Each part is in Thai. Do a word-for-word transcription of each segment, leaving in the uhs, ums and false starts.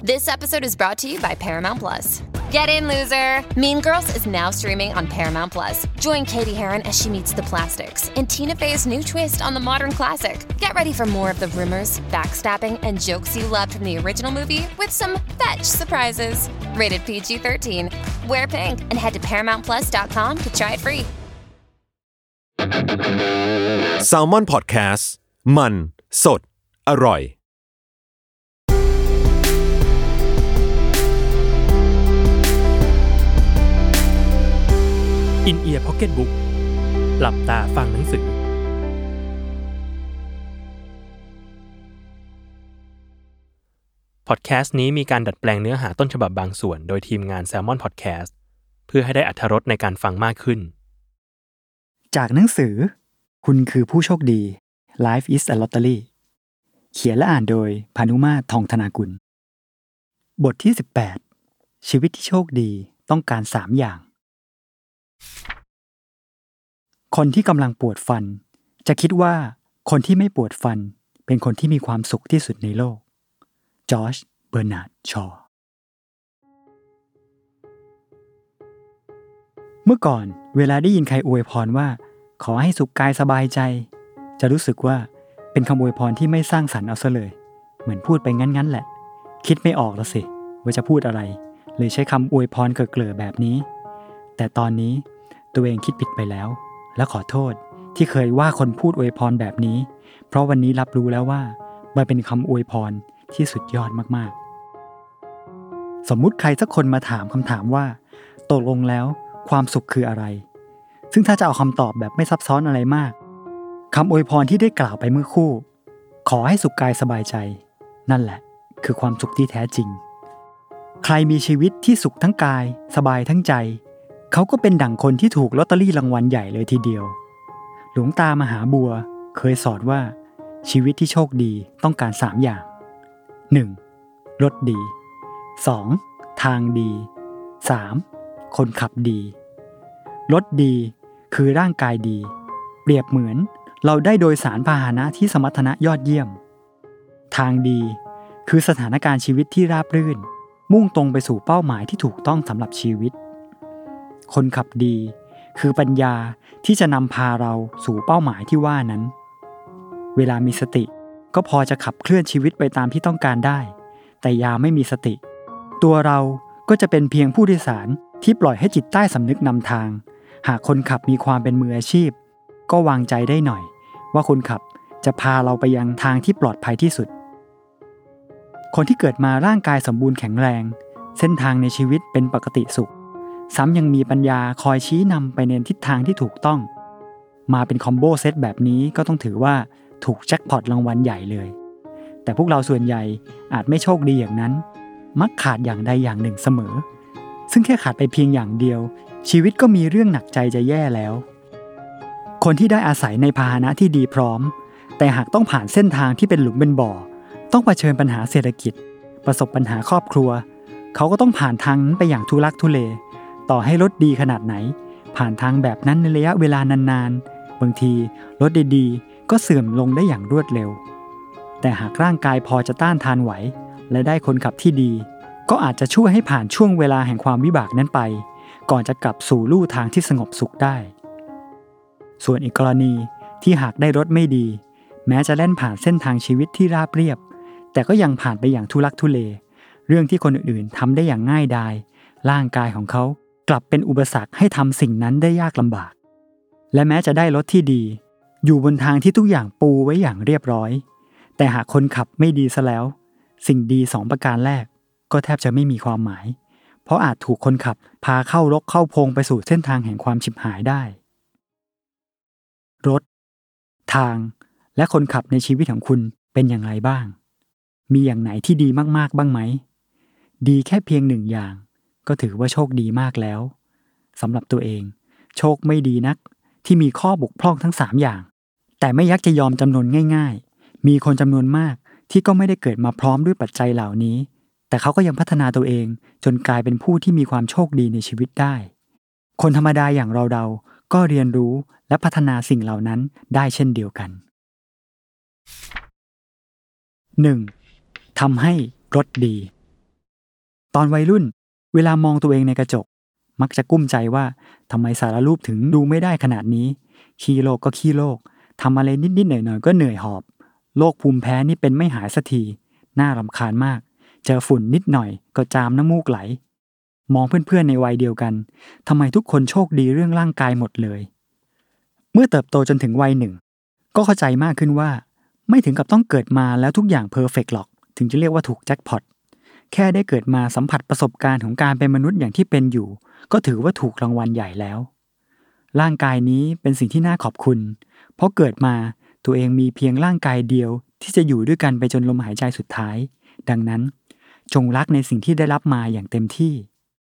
This episode is brought to you by Paramount Plus. Get in, loser! Mean Girls is now streaming on Paramount Plus. Join Katie Heron as she meets the plastics in Tina Fey's new twist on the modern classic. Get ready for more of the rumors, backstabbing, and jokes you loved from the original movie with some fetch surprises. Rated P G thirteen. Wear pink and head to paramount plus dot com to try it free. Salmon Podcast มันสดอร่อย In Ear Pocket Book หลับตาฟังหนังสือพอดแคสต์นี้มีการดัดแปลงเนื้อหาต้นฉบับบางส่วนโดยทีมงาน Salmon Podcast เพื่อให้ได้อรรถรสในการฟังมากขึ้นจากหนังสือคุณคือผู้โชคดี Life is a Lottery เขียนและอ่านโดยพานุมาตร ทองธนากุลบทที่สิบแปดชีวิตที่โชคดีต้องการสามอย่างคนที่กำลังปวดฟันจะคิดว่าคนที่ไม่ปวดฟันเป็นคนที่มีความสุขที่สุดในโลกจอร์จ เบอร์นาร์ด ชอว์เมื่อก่อนเวลาได้ยินใครอวยพรว่าขอให้สุขกายสบายใจจะรู้สึกว่าเป็นคำอวยพรที่ไม่สร้างสรรค์เอาซะเลยเหมือนพูดไปงั้นๆแหละคิดไม่ออกแล้วสิว่าจะพูดอะไรเลยใช้คำอวยพรเกลื่อๆแบบนี้แต่ตอนนี้ตัวเองคิดผิดไปแล้วและขอโทษที่เคยว่าคนพูดอวยพรแบบนี้เพราะวันนี้รับรู้แล้วว่ามันเป็นคำอวยพรที่สุดยอดมากๆสมมุติใครสักคนมาถามคำถามว่าตกลงแล้วความสุขคืออะไรซึ่งถ้าจะเอาคำตอบแบบไม่ซับซ้อนอะไรมากคำอวยพรที่ได้กล่าวไปเมื่อครู่ขอให้สุขกายสบายใจนั่นแหละคือความสุขที่แท้จริงใครมีชีวิตที่สุขทั้งกายสบายทั้งใจเขาก็เป็นดั่งคนที่ถูกลอตเตอรี่รางวัลใหญ่เลยทีเดียวหลวงตามหาบัวเคยสอนว่าชีวิตที่โชคดีต้องการสามอย่าง หนึ่ง รถดี สอง ทางดี สาม คนขับดีรถดีคือร่างกายดีเปรียบเหมือนเราได้โดยสารพาหนะที่สมรรถนะยอดเยี่ยมทางดีคือสถานการณ์ชีวิตที่ราบรื่นมุ่งตรงไปสู่เป้าหมายที่ถูกต้องสำหรับชีวิตคนขับดีคือปัญญาที่จะนำพาเราสู่เป้าหมายที่ว่านั้นเวลามีสติก็พอจะขับเคลื่อนชีวิตไปตามที่ต้องการได้แต่ยามไม่มีสติตัวเราก็จะเป็นเพียงผู้โดยสารที่ปล่อยให้จิตใต้สำนึกนำทางหากคนขับมีความเป็นมืออาชีพก็วางใจได้หน่อยว่าคนขับจะพาเราไปยังทางที่ปลอดภัยที่สุดคนที่เกิดมาร่างกายสมบูรณ์แข็งแรงเส้นทางในชีวิตเป็นปกติสุขซ้ำยังมีปัญญาคอยชี้นำไปในทิศทางที่ถูกต้องมาเป็นคอมโบเซตแบบนี้ก็ต้องถือว่าถูกแจ็คพอตรางวัลใหญ่เลยแต่พวกเราส่วนใหญ่อาจไม่โชคดีอย่างนั้นมักขาดอย่างใดอย่างหนึ่งเสมอซึ่งแค่ขาดไปเพียงอย่างเดียวชีวิตก็มีเรื่องหนักใจจะแย่แล้วคนที่ได้อาศัยในพาหนะที่ดีพร้อมแต่หากต้องผ่านเส้นทางที่เป็นหลุมเป็นบ่อต้องเผชิญปัญหาเศรษฐกิจประสบปัญหาครอบครัวเขาก็ต้องผ่านทางนั้นไปอย่างทุลักทุเลต่อให้รถดีขนาดไหนผ่านทางแบบนั้นในระยะเวลานานๆบางทีรถดีๆก็เสื่อมลงได้อย่างรวดเร็วแต่หากร่างกายพอจะต้านทานไหวและได้คนขับที่ดีก็อาจจะช่วยให้ผ่านช่วงเวลาแห่งความวิบากนั้นไปก่อนจะกลับสู่ลู่ทางที่สงบสุขได้ส่วนอีกกรณีที่หากได้รถไม่ดีแม้จะแล่นผ่านเส้นทางชีวิตที่ราบเรียบแต่ก็ยังผ่านไปอย่างทุลักทุเลเรื่องที่คนอื่นๆทำได้อย่างง่ายดายร่างกายของเขากลับเป็นอุปสรรคให้ทำสิ่งนั้นได้ยากลำบากและแม้จะได้รถที่ดีอยู่บนทางที่ทุกอย่างปูไว้อย่างเรียบร้อยแต่หากคนขับไม่ดีซะแล้วสิ่งดีสองประการแรกก็แทบจะไม่มีความหมายเพราะอาจถูกคนขับพาเข้ารกเข้าพงไปสู่เส้นทางแห่งความฉิบหายได้รถทางและคนขับในชีวิตของคุณเป็นอย่างไรบ้างมีอย่างไหนที่ดีมากๆบ้างไหมดีแค่เพียงหนึ่งอย่างก็ถือว่าโชคดีมากแล้วสำหรับตัวเองโชคไม่ดีนักที่มีข้อบกพร่องทั้งสามอย่างแต่ไม่ยักจะยอมจำนนง่ายๆมีคนจำนวนมากที่ก็ไม่ได้เกิดมาพร้อมด้วยปัจจัยเหล่านี้แต่เขาก็ยังพัฒนาตัวเองจนกลายเป็นผู้ที่มีความโชคดีในชีวิตได้คนธรรมดาอย่างเราๆก็เรียนรู้และพัฒนาสิ่งเหล่านั้นได้เช่นเดียวกัน หนึ่ง ทำให้รถดีตอนวัยรุ่นเวลามองตัวเองในกระจกมักจะกุ้มใจว่าทำไมสารรูปถึงดูไม่ได้ขนาดนี้ขี้โลกก็ขี้โลกทำอะไรนิดๆหน่อยๆก็เหนื่อยหอบโรคภูมิแพ้นี่เป็นไม่หายสักทีน่ารำคาญมากเจอฝุ่นนิดหน่อยก็จามน้ำมูกไหลมองเพื่อนๆในวัยเดียวกันทำไมทุกคนโชคดีเรื่องร่างกายหมดเลยเมื่อเติบโตจนถึงวัยหนึ่งก็เข้าใจมากขึ้นว่าไม่ถึงกับต้องเกิดมาแล้วทุกอย่างเพอร์เฟกต์หรอกถึงจะเรียกว่าถูกแจ็คพอตแค่ได้เกิดมาสัมผัสประสบการณ์ของการเป็นมนุษย์อย่างที่เป็นอยู่ก็ถือว่าถูกรางวัลใหญ่แล้วร่างกายนี้เป็นสิ่งที่น่าขอบคุณเพราะเกิดมาตัวเองมีเพียงร่างกายเดียวที่จะอยู่ด้วยกันไปจนลมหายใจสุดท้ายดังนั้นจงรักในสิ่งที่ได้รับมาอย่างเต็มที่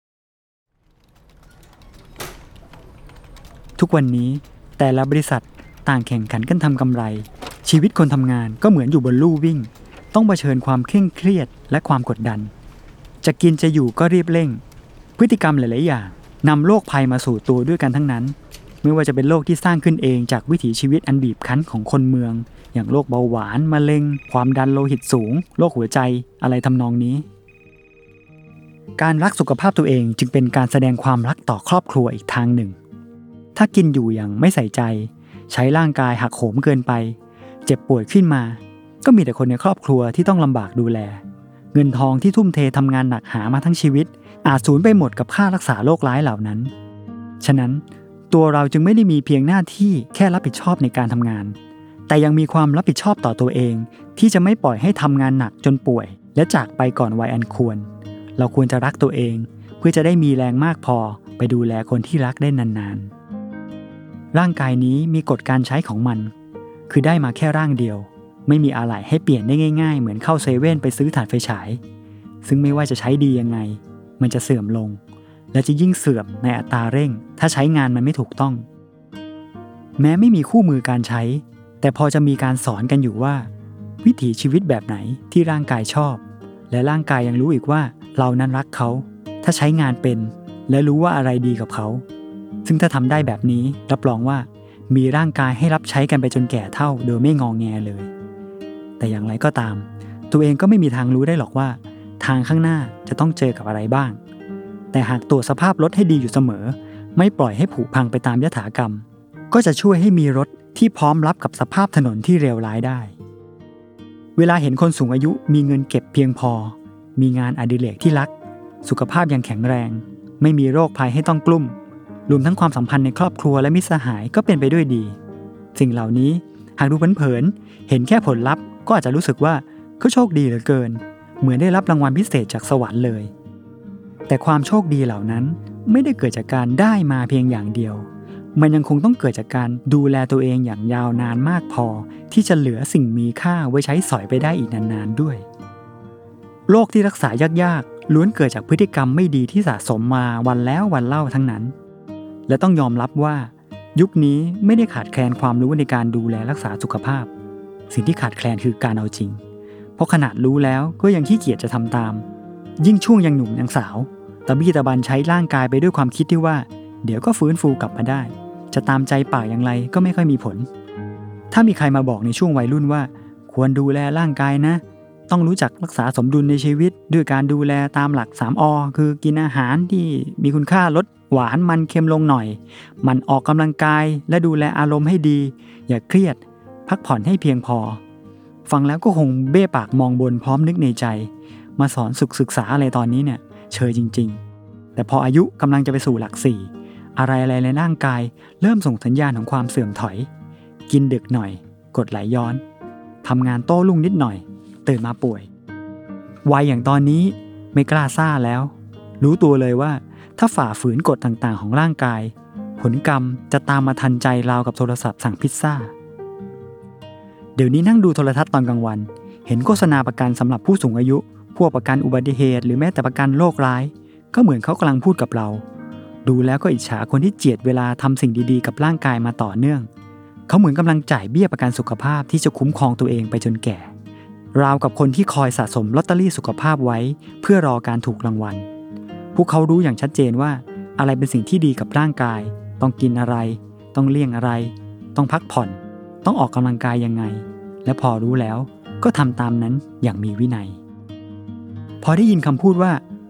ทุกวันนี้แต่ละบริษัทต่างแข่งขันกันทำกำไรชีวิตคนทำงานก็เหมือนอยู่บนลู่วิ่งต้องเผชิญความเคร่งเครียดและความกดดันจะกินจะอยู่ก็รีบเร่งพฤติกรรมหลายๆอย่างนำโรคภัยมาสู่ตัวด้วยกันทั้งนั้นไม่ว่าจะเป็นโรคที่สร้างขึ้นเองจากวิถีชีวิตอันบีบคั้นของคนเมืองอย่างโรคเบาหวานมะเร็งความดันโลหิตสูงโรคหัวใจอะไรทำนองนี้การรักสุขภาพตัวเองจึงเป็นการแสดงความรักต่อครอบครัวอีกทางหนึ่งถ้ากินอยู่อย่างไม่ใส่ใจใช้ร่างกายหักโหมเกินไปเจ็บป่วยขึ้นมาก็มีแต่คนในครอบครัวที่ต้องลำบากดูแลเงินทองที่ทุ่มเททำงานหนักหามาทั้งชีวิตอาจสูญไปหมดกับค่ารักษาโรคร้ายเหล่านั้นฉะนั้นตัวเราจึงไม่ได้มีเพียงหน้าที่แค่รับผิดชอบในการทำงานแต่ยังมีความรับผิดชอบต่อตัวเองที่จะไม่ปล่อยให้ทำงานหนักจนป่วยและจากไปก่อนวัยอันควรเราควรจะรักตัวเองเพื่อจะได้มีแรงมากพอไปดูแลคนที่รักได้นานๆร่างกายนี้มีกฎการใช้ของมันคือได้มาแค่ร่างเดียวไม่มีอะไหล่ให้เปลี่ยนได้ง่ายๆเหมือนเข้าเซเว่นไปซื้อถ่านไฟฉายซึ่งไม่ว่าจะใช้ดียังไงมันจะเสื่อมลงและจะยิ่งเสื่อมในอัตราเร่งถ้าใช้งานมันไม่ถูกต้องแม้ไม่มีคู่มือการใช้แต่พอจะมีการสอนกันอยู่ว่าวิถีชีวิตแบบไหนที่ร่างกายชอบและร่างกายยังรู้อีกว่าเรานั้นรักเขาถ้าใช้งานเป็นและรู้ว่าอะไรดีกับเขาซึ่งถ้าทำได้แบบนี้รับรองว่ามีร่างกายให้รับใช้กันไปจนแก่เฒ่าโดยไม่งอแงเลยแต่อย่างไรก็ตามตัวเองก็ไม่มีทางรู้ได้หรอกว่าทางข้างหน้าจะต้องเจอกับอะไรบ้างแต่หากตรวจสภาพรถให้ดีอยู่เสมอไม่ปล่อยให้ผุพังไปตามยถากรรมก็จะช่วยให้มีรถที่พร้อมรับกับสภาพถนนที่เลวร้ายได้เวลาเห็นคนสูงอายุมีเงินเก็บเพียงพอมีงานอดิเรกที่รักสุขภาพยังแข็งแรงไม่มีโรคภัยให้ต้องกลุ้มรวมทั้งความสัมพันธ์ในครอบครัวและมิตรสหายก็เป็นไปด้วยดีสิ่งเหล่านี้หากดูเผินๆเห็นแค่ผลลัพธ์ก็อาจจะรู้สึกว่าเขาโชคดีเหลือเกินเหมือนได้รับรางวัลพิเศษจากสวรรค์เลยแต่ความโชคดีเหล่านั้นไม่ได้เกิดจากการได้มาเพียงอย่างเดียวมันยังคงต้องเกิดจากการดูแลตัวเองอย่างยาวนานมากพอที่จะเหลือสิ่งมีค่าไว้ใช้สอยไปได้อีกนานๆด้วยโรคที่รักษายากๆล้วนเกิดจากพฤติกรรมไม่ดีที่สะสมมาวันแล้ววันเล่าทั้งนั้นและต้องยอมรับว่ายุคนี้ไม่ได้ขาดแคลนความรู้ในการดูแลรักษาสุขภาพสิ่งที่ขาดแคลนคือการเอาจริงเพราะขนาดรู้แล้วก็ยังขี้เกียจจะทำตามยิ่งช่วงยังหนุ่มยังสาวตะบี้ตะบันใช้ร่างกายไปด้วยความคิดที่ว่าเดี๋ยวก็ฟื้นฟูกลับมาได้จะตามใจปากอย่างไรก็ไม่ค่อยมีผลถ้ามีใครมาบอกในช่วงวัยรุ่นว่าควรดูแลร่างกายนะต้องรู้จักรักษาสมดุลในชีวิตด้วยการดูแลตามหลัก สามอ คือกินอาหารที่มีคุณค่าลดหวานมันเค็มลงหน่อยมันออกกำลังกายและดูแลอารมณ์ให้ดีอย่าเครียดพักผ่อนให้เพียงพอฟังแล้วก็คงเบ้ปากมองบนพร้อมนึกในใจมาสอนศึกศึกษาอะไรตอนนี้เนี่ยเชยจริงๆแต่พออายุกำลังจะไปสู่หลักสี่อะไรอะไรในร่างกายเริ่มส่งสัญญาณของความเสื่อมถอยกินดึกหน่อยกดไหลย้อนทำงานโต้รุ่งนิดหน่อยตื่นมาป่วยวัยอย่างตอนนี้ไม่กล้าซ่าแล้วรู้ตัวเลยว่าถ้าฝ่าฝืนกฎต่างๆของร่างกายผลกรรมจะตามมาทันใจราวกับโทรศัพท์สั่งพิซซ่าเดี๋ยวนี้นั่งดูโทรทัศน์ตอนกลางวันเห็นโฆษณาประกันสำหรับผู้สูงอายุพวกประกันอุบัติเหตุหรือแม้แต่ประกันโรคร้ายก็เหมือนเขากำลังพูดกับเราดูแล้วก็อิจฉาคนที่เจียดเวลาทำสิ่งดีๆกับร่างกายมาต่อเนื่องเขาเหมือนกำลังจ่ายเบี้ยประกันสุขภาพที่จะคุ้มครองตัวเองไปจนแก่ราวกับคนที่คอยสะสมลอตเตอรี่สุขภาพไว้เพื่อรอการถูกรางวัลพวกเขารู้อย่างชัดเจนว่าอะไรเป็นสิ่งที่ดีกับร่างกายต้องกินอะไรต้องเลี่ยงอะไรต้องพักผ่อนต้องออกกำลังกายยังไงและพอรู้แล้วก็ทำตามนั้นอย่างมีวินัยพอได้ยินคำพูดว่า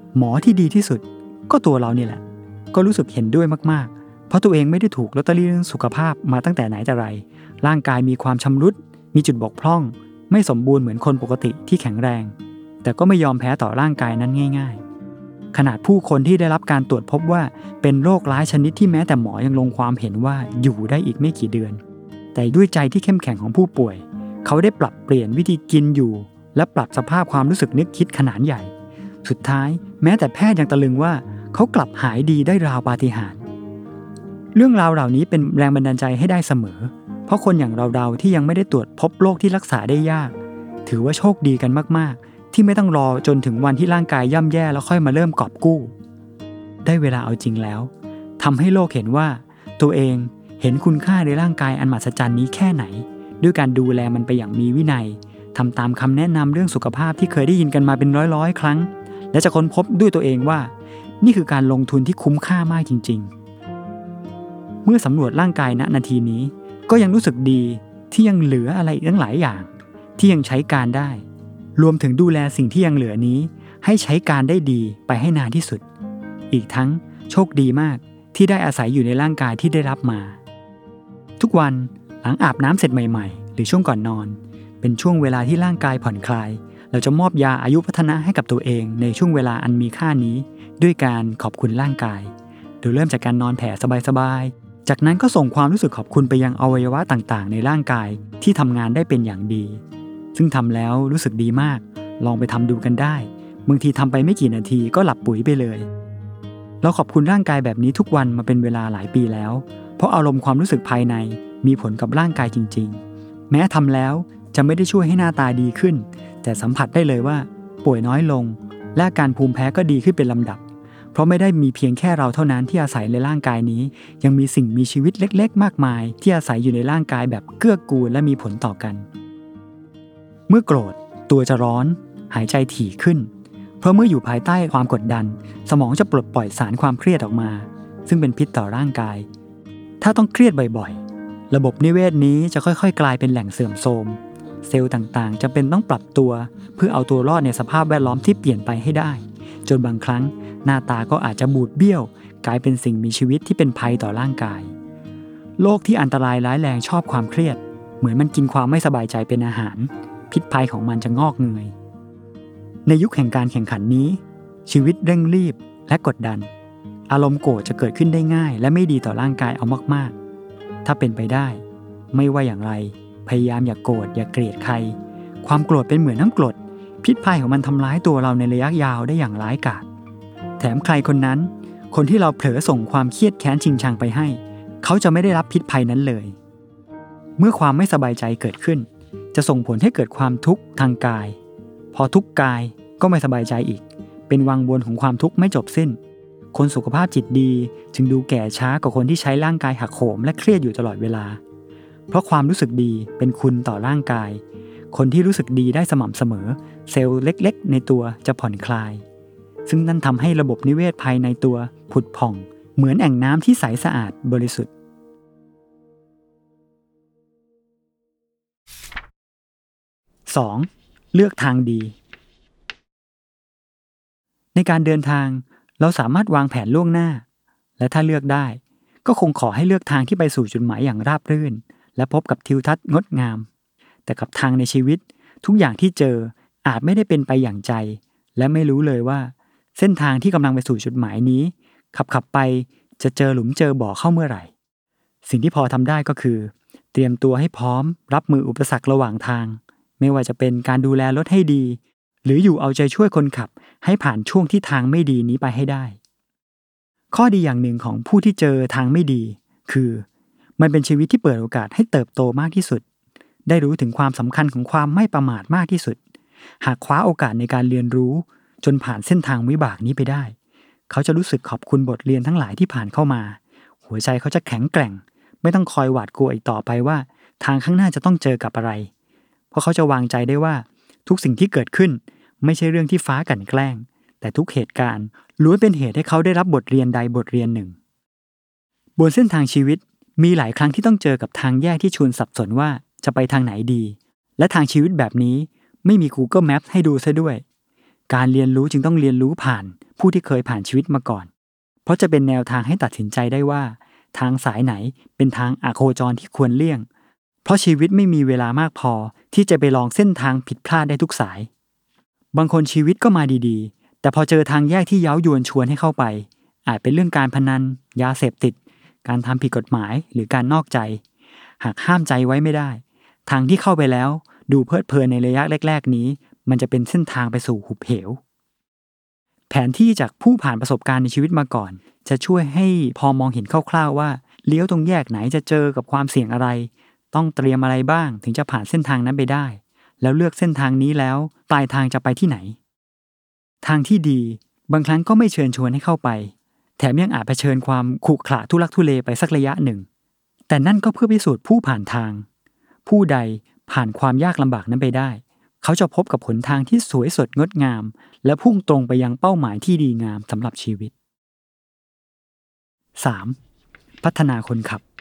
หมอที่ดีที่สุดก็ตัวเรานี่แหละก็รู้สึกเห็นด้วยมากๆเพราะตัวเองไม่ได้ถูกลอตเตอรี่เรื่องสุขภาพมาตั้งแต่ไหนแต่ไรร่างกายมีความชำรุดมีจุดบกพร่องไม่สมบูรณ์เหมือนคนปกติที่แข็งแรงแต่ก็ไม่ยอมแพ้ต่อร่างกายนั้นง่ายๆขนาดผู้คนที่ได้รับการตรวจพบว่าเป็นโรคร้ายชนิดที่แม้แต่หมอยังลงความเห็นว่าอยู่ได้อีกไม่กี่เดือนแต่ด้วยใจที่เข้มแข็งของผู้ป่วยเขาได้ปรับเปลี่ยนวิธีกินอยู่และปรับสภาพความรู้สึกนึกคิดขนาดใหญ่สุดท้ายแม้แต่แพทย์ยังตะลึงว่าเขากลับหายดีได้ราวปาฏิหาริย์เรื่องราวเหล่านี้เป็นแรงบันดาลใจให้ได้เสมอเพราะคนอย่างเราๆที่ยังไม่ได้ตรวจพบโรคที่รักษาได้ยากถือว่าโชคดีกันมากๆที่ไม่ต้องรอจนถึงวันที่ร่างกายย่ำแย่แล้วค่อยมาเริ่มกอบกู้ได้เวลาเอาจริงแล้วทำให้โลกเห็นว่าตัวเองเห็นคุณค่าในร่างกายอันมหัศจรรย์นี้แค่ไหนด้วยการดูแลมันไปอย่างมีวินัยทำตามคำแนะนำเรื่องสุขภาพที่เคยได้ยินกันมาเป็นร้อยๆครั้งและจะค้นพบด้วยตัวเองว่านี่คือการลงทุนที่คุ้มค่ามากจริงๆเมื่อสำรวจร่างกายณนาทีนี้ก็ยังรู้สึกดีที่ยังเหลืออะไรอีกตั้งหลายอย่างที่ยังใช้การได้รวมถึงดูแลสิ่งที่ยังเหลือนี้ให้ใช้การได้ดีไปให้นานที่สุดอีกทั้งโชคดีมากที่ได้อาศัยอยู่ในร่างกายที่ได้รับมาทุกวันหลังอาบน้ำเสร็จใหม่ๆหรือช่วงก่อนนอนเป็นช่วงเวลาที่ร่างกายผ่อนคลายเราจะมอบยาอายุวัฒนะให้กับตัวเองในช่วงเวลาอันมีค่านี้ด้วยการขอบคุณร่างกายโดยเริ่มจากการนอนแผ่สบายๆจากนั้นก็ส่งความรู้สึกขอบคุณไปยังอวัยวะต่างๆในร่างกายที่ทำงานได้เป็นอย่างดีซึ่งทำแล้วรู้สึกดีมากลองไปทำดูกันได้บางทีทำไปไม่กี่นาทีก็หลับปุ๋ยไปเลยเราขอบคุณร่างกายแบบนี้ทุกวันมาเป็นเวลาหลายปีแล้วเพราะอารมณ์ความรู้สึกภายในมีผลกับร่างกายจริงๆแม้ทำแล้วจะไม่ได้ช่วยให้หน้าตาดีขึ้นแต่สัมผัสได้เลยว่าป่วยน้อยลงและการภูมิแพ้ก็ดีขึ้นเป็นลำดับเพราะไม่ได้มีเพียงแค่เราเท่านั้นที่อาศัยในร่างกายนี้ยังมีสิ่งมีชีวิตเล็กๆมากมายที่อาศัยอยู่ในร่างกายแบบเกื้อกูลและมีผลต่อกันเมื่อโกรธตัวจะร้อนหายใจถี่ขึ้นเพราะเมื่ออยู่ภายใต้ความกดดันสมองจะปลดปล่อยสารความเครียดออกมาซึ่งเป็นพิษต่อร่างกายถ้าต้องเครียดบ่อยๆระบบนิเวศนี้จะค่อยๆกลายเป็นแหล่งเสื่อมโทรมเซลล์ต่างๆจะเป็นต้องปรับตัวเพื่อเอาตัวรอดในสภาพแวดล้อมที่เปลี่ยนไปให้ได้จนบางครั้งหน้าตาก็อาจจะบูดเบี้ยวกลายเป็นสิ่งมีชีวิตที่เป็นภัยต่อร่างกายโรคที่อันตรายร้ายแรงชอบความเครียดเหมือนมันกินความไม่สบายใจเป็นอาหารพิษภัยของมันจะงอกเงยในยุคแห่งการแข่งขันนี้ชีวิตเร่งรีบและกดดันอารมณ์โกรธจะเกิดขึ้นได้ง่ายและไม่ดีต่อร่างกายเอามากๆถ้าเป็นไปได้ไม่ว่าอย่างไรพยายามอย่าโกรธอย่าเกลียดใครความโกรธเป็นเหมือนน้ำกรดพิษภัยของมันทำร้ายตัวเราในระยะยาวได้อย่างร้ายกาจแถมใครคนนั้นคนที่เราเผลอส่งความเครียดแค้นชิงชังไปให้เขาจะไม่ได้รับพิษภัยนั้นเลยเมื่อความไม่สบายใจเกิดขึ้นจะส่งผลให้เกิดความทุกข์ทางกายพอทุกข์กายก็ไม่สบายใจอีกเป็นวังวนของความทุกข์ไม่จบสิ้นคนสุขภาพจิตดีจึงดูแก่ช้ากว่าคนที่ใช้ร่างกายหักโหมและเครียดอยู่ตลอดเวลาเพราะความรู้สึกดีเป็นคุณต่อร่างกายคนที่รู้สึกดีได้สม่ำเสมอเซลล์เล็กๆในตัวจะผ่อนคลายซึ่งนั่นทำให้ระบบนิเวศภายในตัวผุดผ่องเหมือนแอ่งน้ำที่ใสสะอาดบริสุทธิ์ สอง. เลือกทางดีในการเดินทางเราสามารถวางแผนล่วงหน้าและถ้าเลือกได้ก็คงขอให้เลือกทางที่ไปสู่จุดหมายอย่างราบรื่นและพบกับทิวทัศน์งดงามแต่กับทางในชีวิตทุกอย่างที่เจออาจไม่ได้เป็นไปอย่างใจและไม่รู้เลยว่าเส้นทางที่กำลังไปสู่จุดหมายนี้ขับขับไปจะเจอหลุมเจอบ่อเข้าเมื่อไหร่สิ่งที่พอทำได้ก็คือเตรียมตัวให้พร้อมรับมืออุปสรรคระหว่างทางไม่ว่าจะเป็นการดูแลรถให้ดีหรืออยู่เอาใจช่วยคนขับให้ผ่านช่วงที่ทางไม่ดีนี้ไปให้ได้ข้อดีอย่างหนึ่งของผู้ที่เจอทางไม่ดีคือมันเป็นชีวิตที่เปิดโอกาสให้เติบโตมากที่สุดได้รู้ถึงความสำคัญของความไม่ประมาทมากที่สุดหากคว้าโอกาสในการเรียนรู้จนผ่านเส้นทางวิบากนี้ไปได้เขาจะรู้สึกขอบคุณบทเรียนทั้งหลายที่ผ่านเข้ามาหัวใจเขาจะแข็งแกร่งไม่ต้องคอยหวาดกลัวอีกต่อไปว่าทางข้างหน้าจะต้องเจอกับอะไรเพราะเขาจะวางใจได้ว่าทุกสิ่งที่เกิดขึ้นไม่ใช่เรื่องที่ฟ้ากลั่นแกล้งแต่ทุกเหตุการณ์ล้วนเป็นเหตุให้เขาได้รับบทเรียนใดบทเรียนหนึ่งบนเส้นทางชีวิตมีหลายครั้งที่ต้องเจอกับทางแยกที่ชวนสับสนว่าจะไปทางไหนดีและทางชีวิตแบบนี้ไม่มี Google Maps ให้ดูซะด้วยการเรียนรู้จึงต้องเรียนรู้ผ่านผู้ที่เคยผ่านชีวิตมาก่อนเพราะจะเป็นแนวทางให้ตัดสินใจได้ว่าทางสายไหนเป็นทางอโคจรที่ควรเลี่ยงเพราะชีวิตไม่มีเวลามากพอที่จะไปลองเส้นทางผิดพลาดได้ทุกสายบางคนชีวิตก็มาดีๆแต่พอเจอทางแยกที่เย้ายวนชวนให้เข้าไปอาจเป็นเรื่องการพนันยาเสพติดการทำผิดกฎหมายหรือการนอกใจหากห้ามใจไว้ไม่ได้ทางที่เข้าไปแล้วดูเพลิดเพลินในระยะแรกๆนี้มันจะเป็นเส้นทางไปสู่หุบเหวแผนที่จากผู้ผ่านประสบการณ์ในชีวิตมาก่อนจะช่วยให้พอมองเห็นคร่าวๆว่าเลี้ยวตรงแยกไหนจะเจอกับความเสี่ยงอะไรต้องเตรียมอะไรบ้างถึงจะผ่านเส้นทางนั้นไปได้แล้วเลือกเส้นทางนี้แล้วปลายทางจะไปที่ไหนทางที่ดีบางครั้งก็ไม่เชิญชวนให้เข้าไปแถมยังอาจเผชิญความขรุขระทุลักทุเลไปสักระยะหนึ่งแต่นั่นก็เพื่อพิสูจน์ผู้ผ่านทางผู้ใดผ่านความยากลำบากนั้นไปได้เขาจะพบกับหนทางที่สวยสดงดงามและพุ่งตรงไปยังเป้าหมายที่ดีงามสำหรับชีวิต สาม พัฒนาคนขับ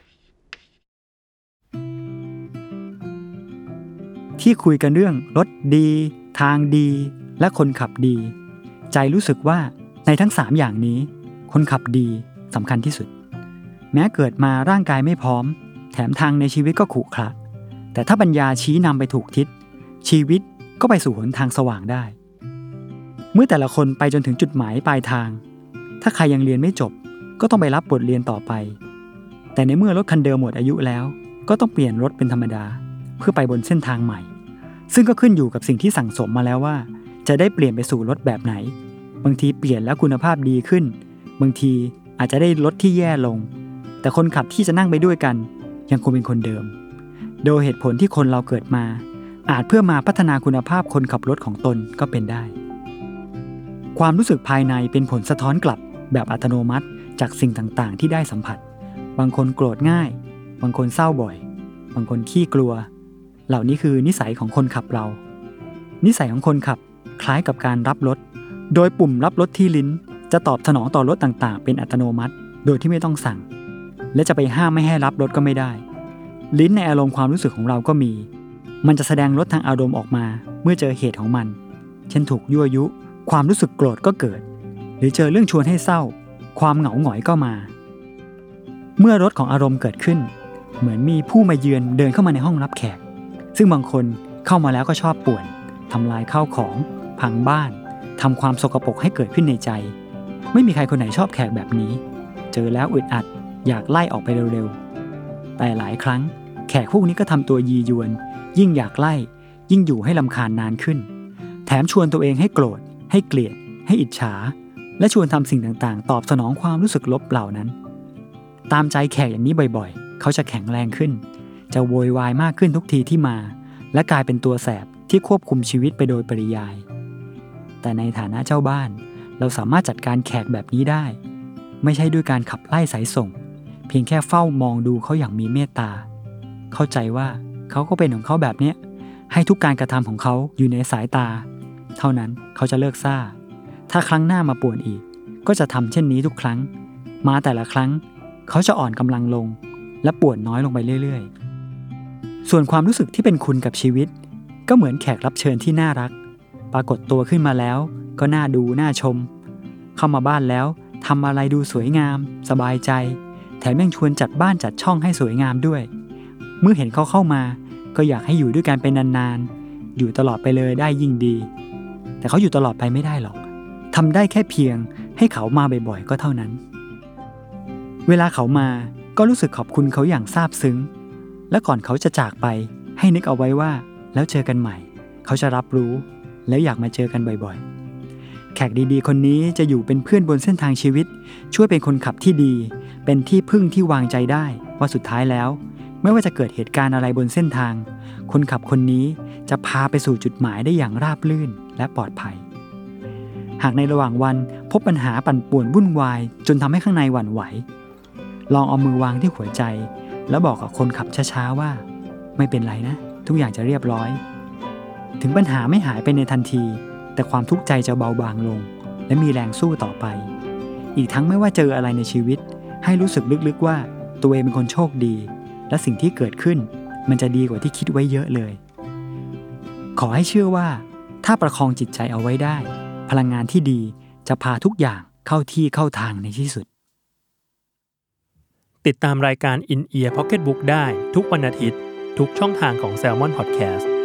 ที่คุยกันเรื่องรถดีทางดีและคนขับดีใจรู้สึกว่าในทั้งสามอย่างนี้คนขับดีสำคัญที่สุดแม้เกิดมาร่างกายไม่พร้อมแถมทางในชีวิตก็ขรุขระแต่ถ้าปัญญาชี้นำไปถูกทิศชีวิตก็ไปสู่หนทางสว่างได้เมื่อแต่ละคนไปจนถึงจุดหมายปลายทางถ้าใครยังเรียนไม่จบก็ต้องไปรับบทเรียนต่อไปแต่ในเมื่อรถคันเดิมหมดอายุแล้วก็ต้องเปลี่ยนรถเป็นธรรมดาเพื่อไปบนเส้นทางใหม่ซึ่งก็ขึ้นอยู่กับสิ่งที่สั่งสมมาแล้วว่าจะได้เปลี่ยนไปสู่รถแบบไหนบางทีเปลี่ยนแล้วคุณภาพดีขึ้นบางทีอาจจะได้รถที่แย่ลงแต่คนขับที่จะนั่งไปด้วยกันยังคงเป็นคนเดิมโดยเหตุผลที่คนเราเกิดมาอาจเพื่อมาพัฒนาคุณภาพคนขับรถของตนก็เป็นได้ความรู้สึกภายในเป็นผลสะท้อนกลับแบบอัตโนมัติจากสิ่งต่างๆที่ได้สัมผัสบางคนโกรธง่ายบางคนเศร้าบ่อยบางคนขี้กลัวเหล่านี้คือนิสัยของคนขับเรานิสัยของคนขับคล้ายกับการรับรถโดยปุ่มรับรถที่ลิ้นจะตอบสนองต่อรถต่างๆเป็นอัตโนมัติโดยที่ไม่ต้องสั่งและจะไปห้ามไม่ให้รับรถก็ไม่ได้ลิ้นในอารมณ์ความรู้สึกของเราก็มีมันจะแสดงรสทางอารมณ์ออกมาเมื่อเจอเหตุของมันเช่นถูกยั่วยุความรู้สึกโกรธก็เกิดหรือเจอเรื่องชวนให้เศร้าความเหงาหงอยก็มาเมื่อรสของอารมณ์เกิดขึ้นเหมือนมีผู้มาเยือนเดินเข้ามาในห้องรับแขกซึ่งบางคนเข้ามาแล้วก็ชอบป่วนทำลายข้าวของพังบ้านทำความสกปรกให้เกิดขึ้นในใจไม่มีใครคนไหนชอบแขกแบบนี้เจอแล้วอึดอัดอยากไล่ออกไปเร็วๆแต่หลายครั้งแขกพวกนี้ก็ทำตัวยียวนยิ่งอยากไล่ยิ่งอยู่ให้รำคาญนานขึ้นแถมชวนตัวเองให้โกรธให้เกลียดให้อิจฉาและชวนทำสิ่งต่างๆตอบสนองความรู้สึกลบเหล่านั้นตามใจแขกอย่างนี้บ่อยๆเขาจะแข็งแรงขึ้นจะโวยวายมากขึ้นทุกทีที่มาและกลายเป็นตัวแสบที่ควบคุมชีวิตไปโดยปริยายแต่ในฐานะเจ้าบ้านเราสามารถจัดการแขกแบบนี้ได้ไม่ใช่ด้วยการขับไล่สายส่งเพียงแค่เฝ้ามองดูเขาอย่างมีเมตตาเข้าใจว่าเขาก็เป็นของเขาแบบนี้ให้ทุกการกระทำของเขาอยู่ในสายตาเท่านั้นเขาจะเลิกซ่าถ้าครั้งหน้ามาป่วนอีกก็จะทำเช่นนี้ทุกครั้งมาแต่ละครั้งเขาจะอ่อนกำลังลงและป่วนน้อยลงไปเรื่อยๆส่วนความรู้สึกที่เป็นคุณกับชีวิตก็เหมือนแขกรับเชิญที่น่ารักปรากฏตัวขึ้นมาแล้วก็น่าดูน่าชมเข้ามาบ้านแล้วทำอะไรดูสวยงามสบายใจแถมยังชวนจัดบ้านจัดช่องให้สวยงามด้วยเมื่อเห็นเขาเข้ามาก็อยากให้อยู่ด้วยกันไปนานๆอยู่ตลอดไปเลยได้ยิ่งดีแต่เขาอยู่ตลอดไปไม่ได้หรอกทำได้แค่เพียงให้เขามาบ่อยๆก็เท่านั้นเวลาเขามาก็รู้สึกขอบคุณเขาอย่างซาบซึ้งและก่อนเขาจะจากไปให้นึกเอาไว้ว่าแล้วเจอกันใหม่เขาจะรับรู้แล้วอยากมาเจอกันบ่อยๆแขกดีๆคนนี้จะอยู่เป็นเพื่อนบนเส้นทางชีวิตช่วยเป็นคนขับที่ดีเป็นที่พึ่งที่วางใจได้ว่าสุดท้ายแล้วไม่ว่าจะเกิดเหตุการณ์อะไรบนเส้นทางคนขับคนนี้จะพาไปสู่จุดหมายได้อย่างราบรื่นและปลอดภัยหากในระหว่างวันพบปัญหาปั่นป่วนวุ่นวายจนทำให้ข้างในหวั่นไหวลองเอามือวางที่หัวใจแล้วบอกกับคนขับช้าๆว่าไม่เป็นไรนะทุกอย่างจะเรียบร้อยถึงปัญหาไม่หายไปในทันทีแต่ความทุกข์ใจจะเบาบางลงและมีแรงสู้ต่อไปอีกทั้งไม่ว่าเจออะไรในชีวิตให้รู้สึกลึกๆว่าตัวเองเป็นคนโชคดีและสิ่งที่เกิดขึ้นมันจะดีกว่าที่คิดไว้เยอะเลยขอให้เชื่อว่าถ้าประคองจิตใจเอาไว้ได้พลังงานที่ดีจะพาทุกอย่างเข้าที่เข้าทางในที่สุดติดตามรายการ In Ear Pocketbook ได้ทุกวันอาทิตย์ทุกช่องทางของ Salmon Podcast